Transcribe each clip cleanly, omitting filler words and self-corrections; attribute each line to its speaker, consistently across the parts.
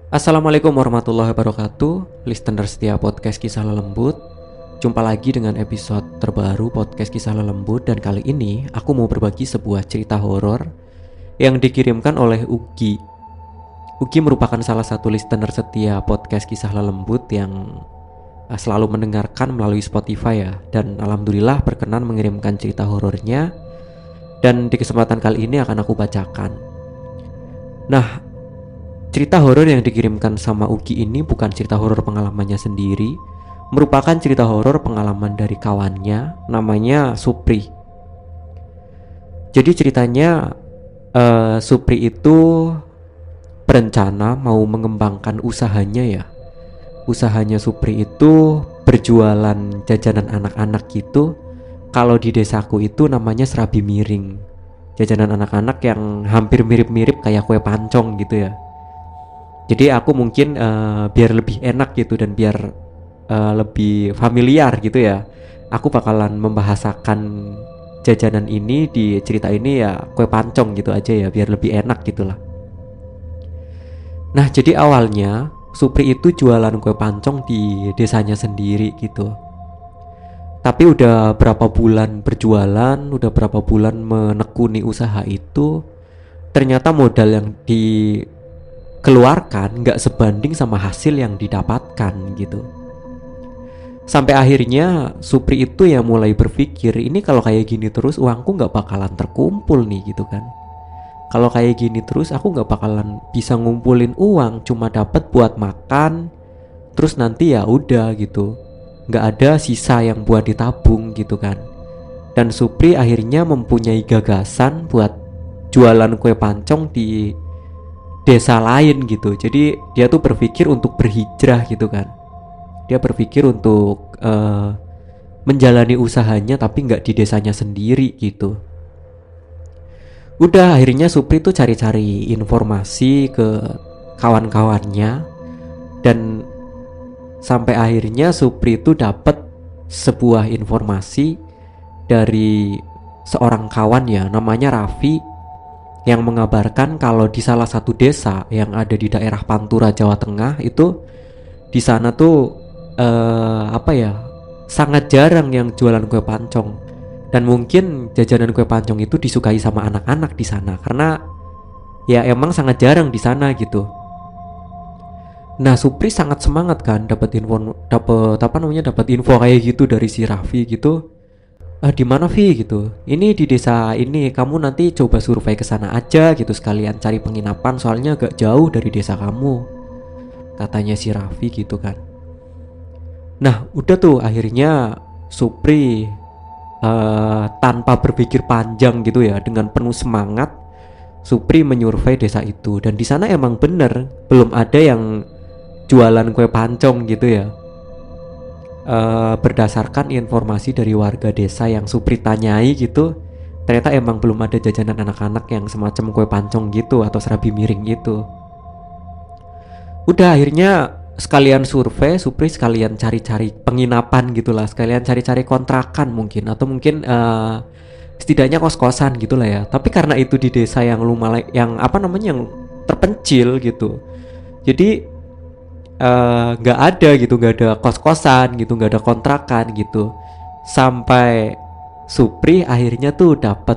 Speaker 1: Assalamualaikum warahmatullahi wabarakatuh, listener setia podcast Kisah Lelembut. Jumpa lagi dengan episode terbaru podcast Kisah Lelembut. Dan kali ini aku mau berbagi sebuah cerita horor yang dikirimkan oleh Ugi. Ugi merupakan salah satu listener setia podcast Kisah Lelembut yang selalu mendengarkan melalui Spotify ya. Dan alhamdulillah berkenan mengirimkan cerita horornya. Dan di kesempatan kali ini akan aku bacakan. Nah, cerita horor yang dikirimkan sama Ugi ini bukan cerita horor pengalamannya sendiri, merupakan cerita horor pengalaman dari kawannya, namanya Supri. Jadi ceritanya Supri itu berencana mau mengembangkan usahanya ya. Usahanya Supri itu berjualan jajanan anak-anak gitu. Kalau di desaku itu namanya serabi miring. Jajanan anak-anak yang hampir mirip-mirip kayak kue pancong gitu ya. Jadi aku mungkin biar lebih enak gitu dan biar lebih familiar gitu ya, aku bakalan membahasakan jajanan ini di cerita ini ya kue pancong gitu aja ya, biar lebih enak gitulah. Nah, jadi awalnya Supri itu jualan kue pancong di desanya sendiri gitu. Tapi udah berapa bulan berjualan, udah berapa bulan menekuni usaha itu, ternyata modal yang dikeluarkan nggak sebanding sama hasil yang didapatkan gitu. Sampai akhirnya Supri itu yang mulai berpikir, ini kalau kayak gini terus uangku nggak bakalan terkumpul nih gitu kan. Kalau kayak gini terus aku nggak bakalan bisa ngumpulin uang, cuma dapat buat makan, terus nanti ya udah gitu, nggak ada sisa yang buat ditabung gitu kan. Dan Supri akhirnya mempunyai gagasan buat jualan kue pancong di desa lain gitu. Jadi dia tuh berpikir untuk berhijrah gitu kan. Dia berpikir untuk menjalani usahanya tapi nggak di desanya sendiri gitu. Udah akhirnya Supri tuh cari-cari informasi ke kawan-kawannya. Dan sampai akhirnya Supri itu dapat sebuah informasi dari seorang kawan ya, namanya Raffi, yang mengabarkan kalau di salah satu desa yang ada di daerah Pantura, Jawa Tengah itu, di sana tuh sangat jarang yang jualan kue pancong. Dan mungkin jajanan kue pancong itu disukai sama anak-anak di sana karena ya emang sangat jarang di sana gitu. Nah, Supri sangat semangat kan dapat info kayak gitu dari si Raffi gitu. Di mana Vi gitu? Ini di desa ini, kamu nanti coba survei ke sana aja gitu, sekalian cari penginapan soalnya agak jauh dari desa kamu, katanya si Raffi gitu kan. Nah, udah tuh akhirnya Supri tanpa berpikir panjang gitu ya, dengan penuh semangat Supri menyurvei desa itu. Dan di sana emang bener belum ada yang jualan kue pancong gitu ya. Berdasarkan informasi dari warga desa yang Supri tanyai gitu, ternyata emang belum ada jajanan anak-anak yang semacam kue pancong gitu atau serabi miring gitu. Udah akhirnya sekalian survei, Supri sekalian cari-cari penginapan gitulah, sekalian cari-cari kontrakan mungkin, atau mungkin setidaknya kos-kosan gitulah ya. Tapi karena itu di desa yang yang terpencil gitu, jadi nggak ada gitu, nggak ada kos-kosan gitu, nggak ada kontrakan gitu. Sampai Supri akhirnya tuh dapat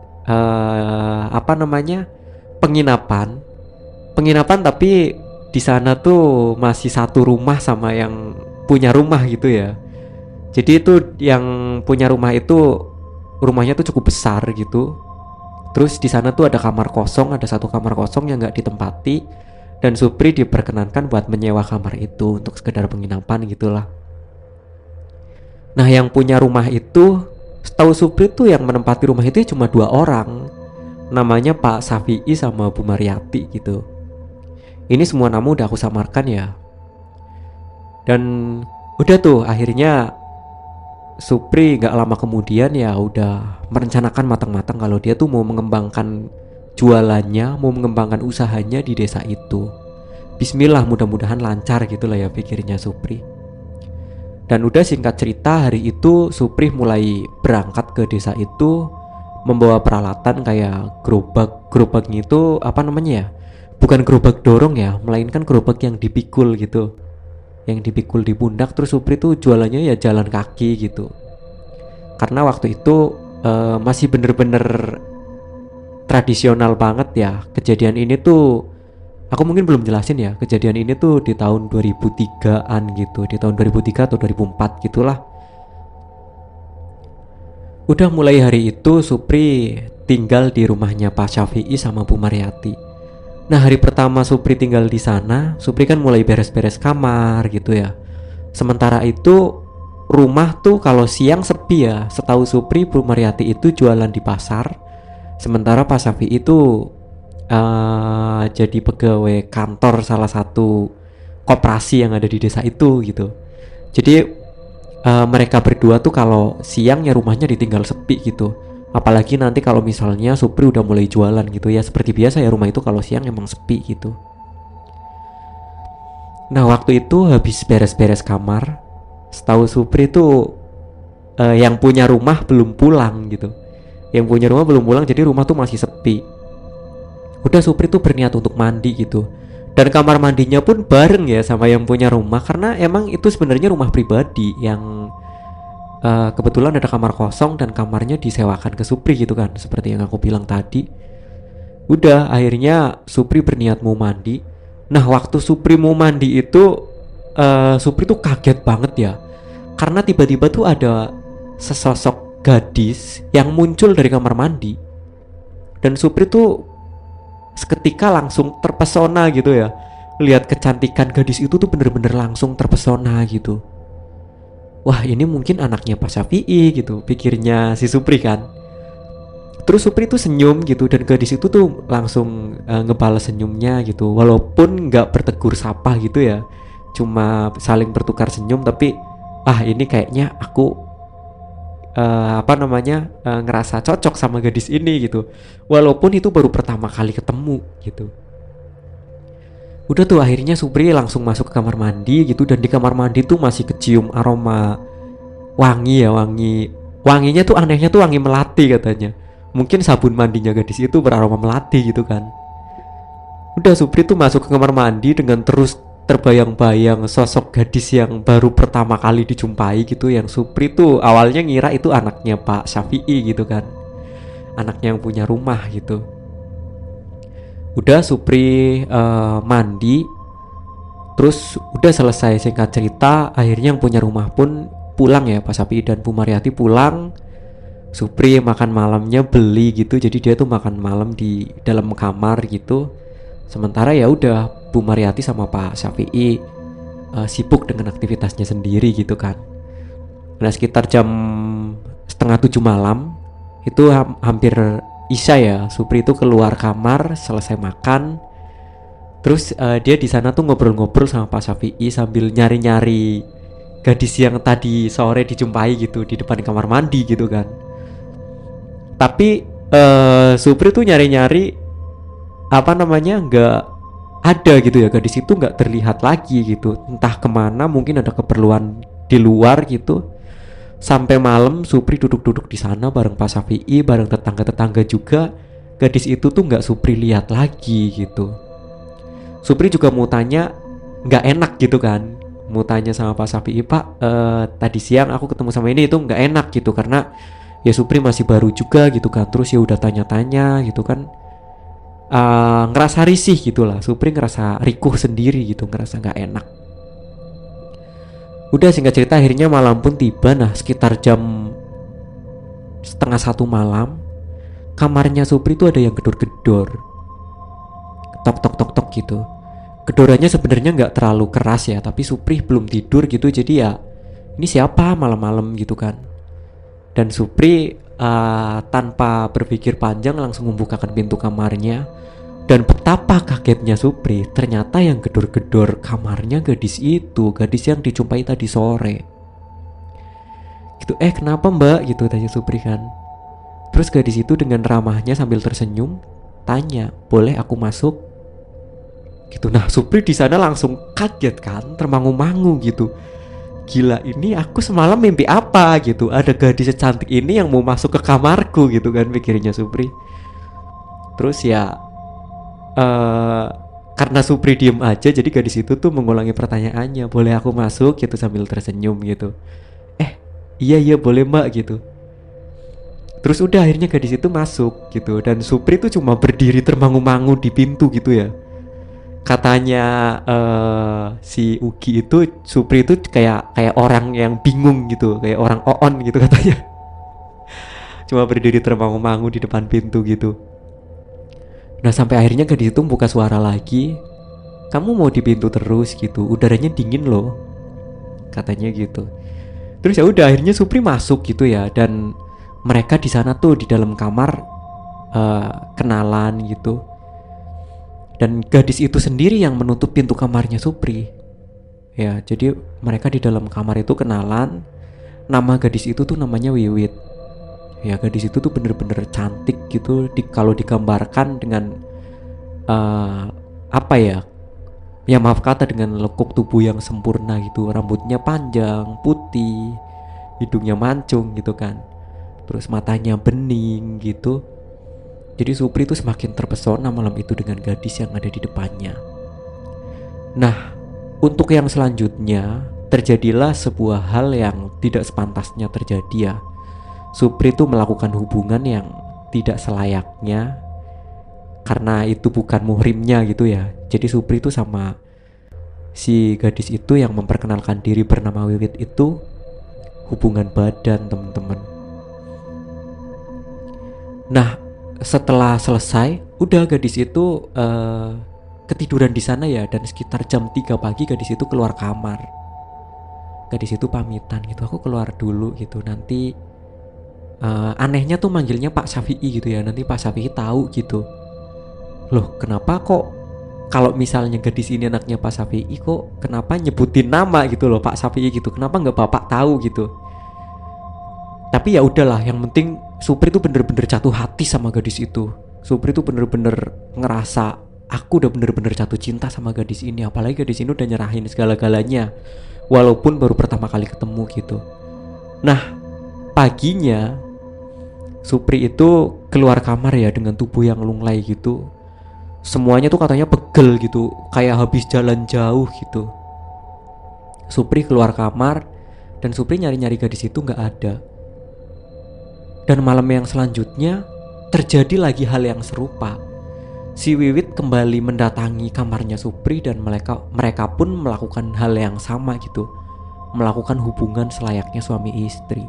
Speaker 1: penginapan tapi di sana tuh masih satu rumah sama yang punya rumah gitu ya. Jadi itu yang punya rumah itu rumahnya tuh cukup besar gitu. Terus di sana tuh ada kamar kosong, ada satu kamar kosong yang nggak ditempati. Dan Supri diperkenankan buat menyewa kamar itu untuk sekedar penginapan gitulah. Nah, yang punya rumah itu, setahu Supri tuh yang menempati rumah itu cuma 2 orang, namanya Pak Safi'i sama Bu Mariati gitu. Ini semua nama udah aku samarkan ya. Dan udah tuh akhirnya Supri gak lama kemudian ya udah merencanakan matang-matang kalau dia tuh mau mengembangkan jualannya, mau mengembangkan usahanya di desa itu. Bismillah, mudah-mudahan lancar gitu lah ya pikirnya Supri. Dan udah, singkat cerita, hari itu Supri mulai berangkat ke desa itu membawa peralatan kayak gerobak itu apa namanya ya, bukan gerobak dorong ya, melainkan gerobak yang dipikul gitu, yang dipikul di pundak. Terus Supri tuh jualannya ya jalan kaki gitu, karena waktu itu masih bener-bener tradisional banget ya. Kejadian ini tuh aku mungkin belum jelasin ya. Kejadian ini tuh di tahun 2003-an gitu, di tahun 2003 atau 2004 gitulah. Udah mulai hari itu Supri tinggal di rumahnya Pak Syafi'i sama Bu Mariati. Nah, hari pertama Supri tinggal di sana, Supri kan mulai beres-beres kamar gitu ya. Sementara itu rumah tuh kalau siang sepi ya. Setahu Supri, Bu Mariati itu jualan di pasar, sementara Pak Syafi'i itu jadi pegawai kantor salah satu koperasi yang ada di desa itu gitu. Jadi mereka berdua tuh kalau siang ya rumahnya ditinggal sepi gitu. Apalagi nanti kalau misalnya Supri udah mulai jualan gitu ya, seperti biasa ya rumah itu kalau siang emang sepi gitu. Nah, waktu itu habis beres-beres kamar, setahu Supri tuh yang punya rumah belum pulang gitu. Yang punya rumah belum pulang, jadi rumah tuh masih sepi. Udah Supri tuh berniat untuk mandi gitu. Dan kamar mandinya pun bareng ya sama yang punya rumah, karena emang itu sebenarnya rumah pribadi yang kebetulan ada kamar kosong dan kamarnya disewakan ke Supri gitu kan, seperti yang aku bilang tadi. Udah akhirnya Supri berniat mau mandi. Nah, waktu Supri mau mandi itu Supri tuh kaget banget ya, karena tiba-tiba tuh ada sesosok gadis yang muncul dari kamar mandi. Dan Supri tuh seketika langsung terpesona gitu ya. Lihat kecantikan gadis itu tuh bener-bener langsung terpesona gitu. Wah, ini mungkin anaknya Pak Syafi'i gitu, pikirnya si Supri kan. Terus Supri tuh senyum gitu, dan gadis itu tuh langsung ngebales senyumnya gitu, walaupun nggak bertegur sapa gitu ya, cuma saling bertukar senyum. Tapi ini kayaknya aku ngerasa cocok sama gadis ini gitu, walaupun itu baru pertama kali ketemu gitu. Udah tuh akhirnya Supri langsung masuk ke kamar mandi gitu, dan di kamar mandi tuh masih kecium aroma wangi ya, wanginya tuh anehnya tuh wangi melati katanya. Mungkin sabun mandinya gadis itu beraroma melati gitu kan. Udah Supri tuh masuk ke kamar mandi dengan terus terbayang-bayang sosok gadis yang baru pertama kali dijumpai gitu, yang Supri tuh awalnya ngira itu anaknya Pak Syafi'i gitu kan, anaknya yang punya rumah gitu. Udah Supri mandi, terus udah selesai, singkat cerita akhirnya yang punya rumah pun pulang ya, Pak Syafi'i dan Bu Mariati pulang. Supri makan malamnya beli gitu, jadi dia tuh makan malam di dalam kamar gitu. Sementara ya udah Bu Mariati sama Pak Syafi'i sibuk dengan aktivitasnya sendiri gitu kan. Nah, sekitar jam setengah 7 malam itu hampir Isya ya, Supri itu keluar kamar selesai makan. Terus dia di sana tuh ngobrol-ngobrol sama Pak Syafi'i sambil nyari-nyari gadis yang tadi sore dijumpai gitu di depan kamar mandi gitu kan. Tapi Supri tuh nyari-nyari nggak ada gitu ya, gadis itu nggak terlihat lagi gitu, entah kemana, mungkin ada keperluan di luar gitu. Sampai malam Supri duduk-duduk di sana bareng Pak Syafi'i, bareng tetangga-tetangga juga. Gadis itu tuh nggak Supri lihat lagi gitu. Supri juga mau tanya, nggak enak gitu kan, mau tanya sama Pak Syafi'i, Pak tadi siang aku ketemu sama ini, itu nggak enak gitu, karena ya Supri masih baru juga gitu kan. Terus ya udah tanya-tanya gitu kan, ngerasa risih gitulah. Supri ngerasa rikuh sendiri gitu, ngerasa nggak enak. Udah singkat cerita akhirnya malam pun tiba. Nah, sekitar jam setengah 1 malam, kamarnya Supri tuh ada yang gedor-gedor, tok tok tok tok gitu. Gedorannya sebenarnya nggak terlalu keras ya, tapi Supri belum tidur gitu, jadi ya ini siapa malam-malam gitu kan. Dan Supri tanpa berpikir panjang langsung membukakan pintu kamarnya. Dan betapa kagetnya Supri, ternyata yang gedor-gedor kamarnya gadis itu, gadis yang dijumpai tadi sore gitu. Kenapa mbak gitu, tanya Supri kan. Terus gadis itu dengan ramahnya sambil tersenyum tanya, boleh aku masuk gitu. Nah, Supri di sana langsung kaget kan, termangu-mangu gitu. Gila, ini aku semalam mimpi apa gitu, ada gadis secantik ini yang mau masuk ke kamarku gitu kan, pikirnya Supri. Terus ya karena Supri diem aja, jadi gadis itu tuh mengulangi pertanyaannya, boleh aku masuk gitu sambil tersenyum gitu. Iya iya boleh mbak gitu. Terus udah akhirnya gadis itu masuk gitu, dan Supri tuh cuma berdiri termangu-mangu di pintu gitu ya. Katanya si Ugi itu Supri itu kayak kayak orang yang bingung gitu, kayak orang oon gitu katanya. Cuma berdiri termangu-mangu di depan pintu gitu. Nah sampai akhirnya gadis itu buka suara lagi, kamu mau di pintu terus gitu, udaranya dingin loh, katanya gitu. Terus ya udah akhirnya Supri masuk gitu ya, dan mereka di sana tuh di dalam kamar kenalan gitu. Dan gadis itu sendiri yang menutup pintu kamarnya Supri. Ya, jadi mereka di dalam kamar itu kenalan. Nama gadis itu tuh namanya Wiwit. Ya, gadis itu tuh bener-bener cantik gitu kalau digambarkan dengan apa ya? Ya maaf kata, dengan lekuk tubuh yang sempurna gitu. Rambutnya panjang, putih, hidungnya mancung gitu kan. Terus matanya bening gitu. Jadi Supri itu semakin terpesona malam itu dengan gadis yang ada di depannya. Nah, untuk yang selanjutnya terjadilah sebuah hal yang tidak sepantasnya terjadi ya. Supri itu melakukan hubungan yang tidak selayaknya, karena itu bukan muhrimnya gitu ya. Jadi Supri itu sama si gadis itu yang memperkenalkan diri bernama Wiwit itu hubungan badan, teman-teman. Nah, setelah selesai, udah gadis itu ketiduran di sana ya, dan sekitar jam 3 pagi gadis itu keluar kamar. Gadis itu pamitan gitu, aku keluar dulu gitu, nanti anehnya tuh manggilnya Pak Syafi'i gitu ya, nanti Pak Syafi'i tahu gitu. Loh, kenapa kok kalau misalnya gadis ini anaknya Pak Syafi'i, kok kenapa nyebutin nama gitu loh Pak Syafi'i gitu, kenapa nggak bapak tahu gitu. Tapi ya udahlah, yang penting Supri tuh bener-bener jatuh hati sama gadis itu. Supri tuh bener-bener ngerasa, aku udah bener-bener jatuh cinta sama gadis ini. Apalagi gadis ini udah nyerahin segala-galanya, walaupun baru pertama kali ketemu gitu. Nah, paginya Supri itu keluar kamar ya dengan tubuh yang lunglai gitu. Semuanya tuh katanya pegel gitu, kayak habis jalan jauh gitu. Supri keluar kamar, dan Supri nyari-nyari gadis itu gak ada. Dan malam yang selanjutnya terjadi lagi hal yang serupa. Si Wiwit kembali mendatangi kamarnya Supri, dan mereka pun melakukan hal yang sama gitu, melakukan hubungan selayaknya suami istri.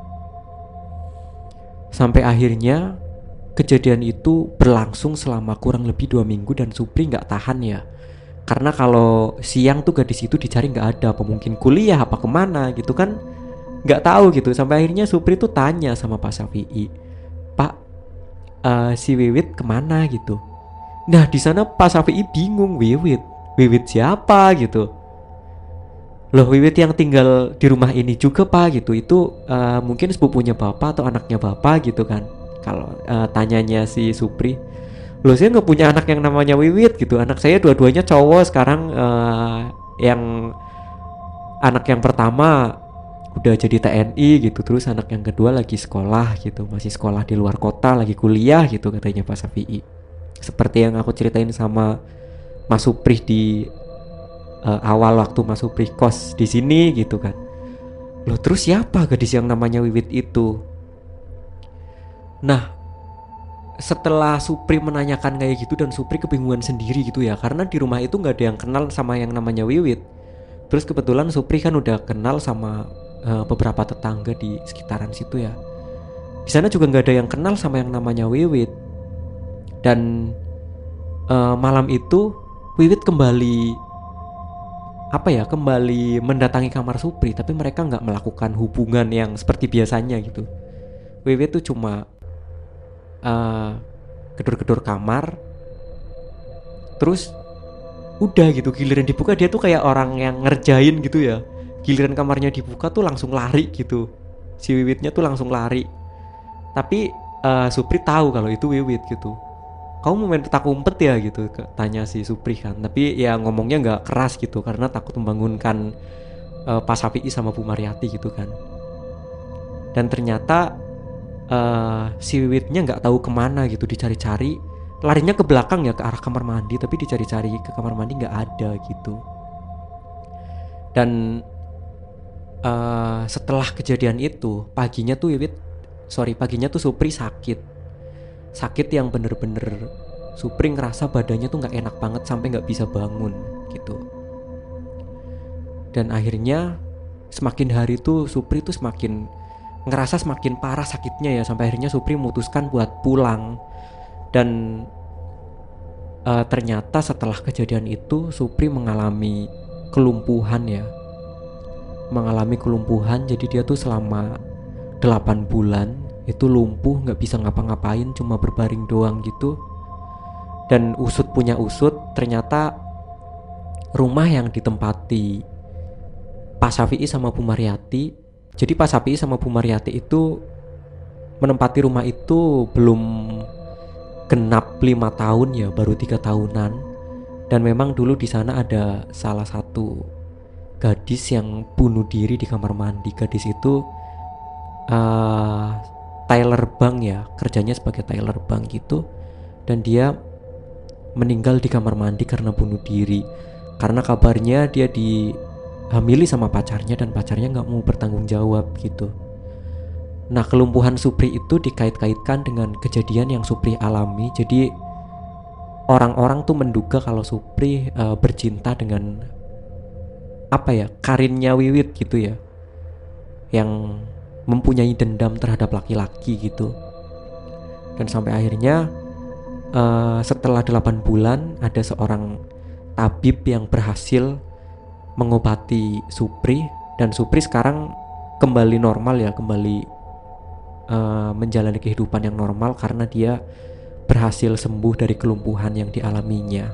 Speaker 1: Sampai akhirnya kejadian itu berlangsung selama kurang lebih 2 minggu, dan Supri gak tahan ya. Karena kalau siang tuh gadis itu dicari gak ada, apa mungkin kuliah apa kemana gitu kan, nggak tahu gitu. Sampai akhirnya Supri tuh tanya sama Pak Syafi'i, Pak, si Wiwit kemana gitu. Nah di sana Pak Syafi'i bingung, Wiwit siapa gitu. Loh, Wiwit yang tinggal di rumah ini juga Pak gitu, itu mungkin sepupunya bapak atau anaknya bapak gitu kan. Kalau tanyanya si Supri, loh saya nggak punya anak yang namanya Wiwit gitu, anak saya dua-duanya cowok sekarang. Yang anak yang pertama udah jadi TNI gitu, terus anak yang kedua lagi sekolah gitu, masih sekolah di luar kota, lagi kuliah gitu, katanya Pak Syafi'i. Seperti yang aku ceritain sama Mas Supri di awal waktu Mas Supri kos di sini gitu kan. Loh, terus siapa gadis yang namanya Wiwit itu? Nah, setelah Supri menanyakan kayak gitu, dan Supri kebingungan sendiri gitu ya, karena di rumah itu nggak ada yang kenal sama yang namanya Wiwit. Terus kebetulan Supri kan udah kenal sama beberapa tetangga di sekitaran situ ya. Di sana juga nggak ada yang kenal sama yang namanya Wiwit. Dan malam itu Wiwit kembali mendatangi kamar Supri, tapi mereka nggak melakukan hubungan yang seperti biasanya gitu. Wiwit tuh cuma gedor-gedor kamar, terus udah gitu. Giliran dibuka dia tuh kayak orang yang ngerjain gitu ya. Giliran kamarnya dibuka tuh langsung lari gitu. Si Wiwitnya tuh langsung lari. Tapi Supri tahu kalau itu Wiwit gitu. Kamu mau main petak umpet ya gitu, tanya si Supri kan. Tapi ya ngomongnya nggak keras gitu, karena takut membangunkan Pak Syafi'i sama Bu Mariati gitu kan. Dan ternyata si Wiwitnya nggak tahu kemana gitu, dicari-cari larinya ke belakang ya, ke arah kamar mandi, tapi dicari-cari ke kamar mandi nggak ada gitu. Dan setelah kejadian itu paginya tuh Supri sakit yang bener-bener Supri ngerasa badannya tuh nggak enak banget sampai nggak bisa bangun gitu. Dan akhirnya semakin hari tuh Supri tuh semakin ngerasa semakin parah sakitnya ya, sampai akhirnya Supri memutuskan buat pulang. Dan ternyata setelah kejadian itu Supri mengalami kelumpuhan. Jadi dia tuh selama 8 bulan itu lumpuh, gak bisa ngapa-ngapain, cuma berbaring doang gitu. Dan usut punya usut, ternyata rumah yang ditempati Pak Syafi'i sama Bu Mariati, jadi Pak Syafi'i sama Bu Mariati itu menempati rumah itu belum genap 5 tahun ya, baru 3 tahunan. Dan memang dulu di sana ada salah satu gadis yang bunuh diri di kamar mandi. Gadis itu Tyler Bank ya, kerjanya sebagai Tyler Bank gitu. Dan dia meninggal di kamar mandi karena bunuh diri, karena kabarnya dia dihamili sama pacarnya dan pacarnya gak mau bertanggung jawab gitu. Nah, kelumpuhan Supri itu dikait-kaitkan dengan kejadian yang Supri alami. Jadi orang-orang tuh menduga kalau Supri bercinta dengan Karinnya Wiwit gitu ya, yang mempunyai dendam terhadap laki-laki gitu. Dan sampai akhirnya setelah 8 bulan ada seorang tabib yang berhasil mengobati Supri, dan Supri sekarang kembali normal ya, kembali menjalani kehidupan yang normal karena dia berhasil sembuh dari kelumpuhan yang dialaminya.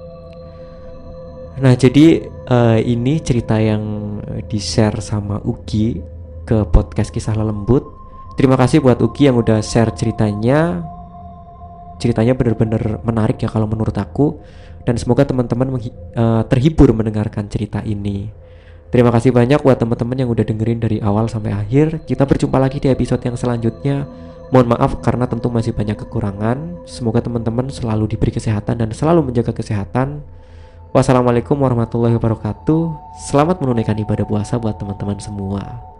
Speaker 1: Nah, jadi ini cerita yang di-share sama Ugi ke podcast Kisah Lelembut. Terima kasih buat Ugi yang udah share ceritanya. Ceritanya benar-benar menarik ya kalau menurut aku, dan semoga teman-teman terhibur mendengarkan cerita ini. Terima kasih banyak buat teman-teman yang udah dengerin dari awal sampai akhir. Kita berjumpa lagi di episode yang selanjutnya. Mohon maaf karena tentu masih banyak kekurangan. Semoga teman-teman selalu diberi kesehatan dan selalu menjaga kesehatan. Wassalamualaikum warahmatullahi wabarakatuh. Selamat menunaikan ibadah puasa buat teman-teman semua.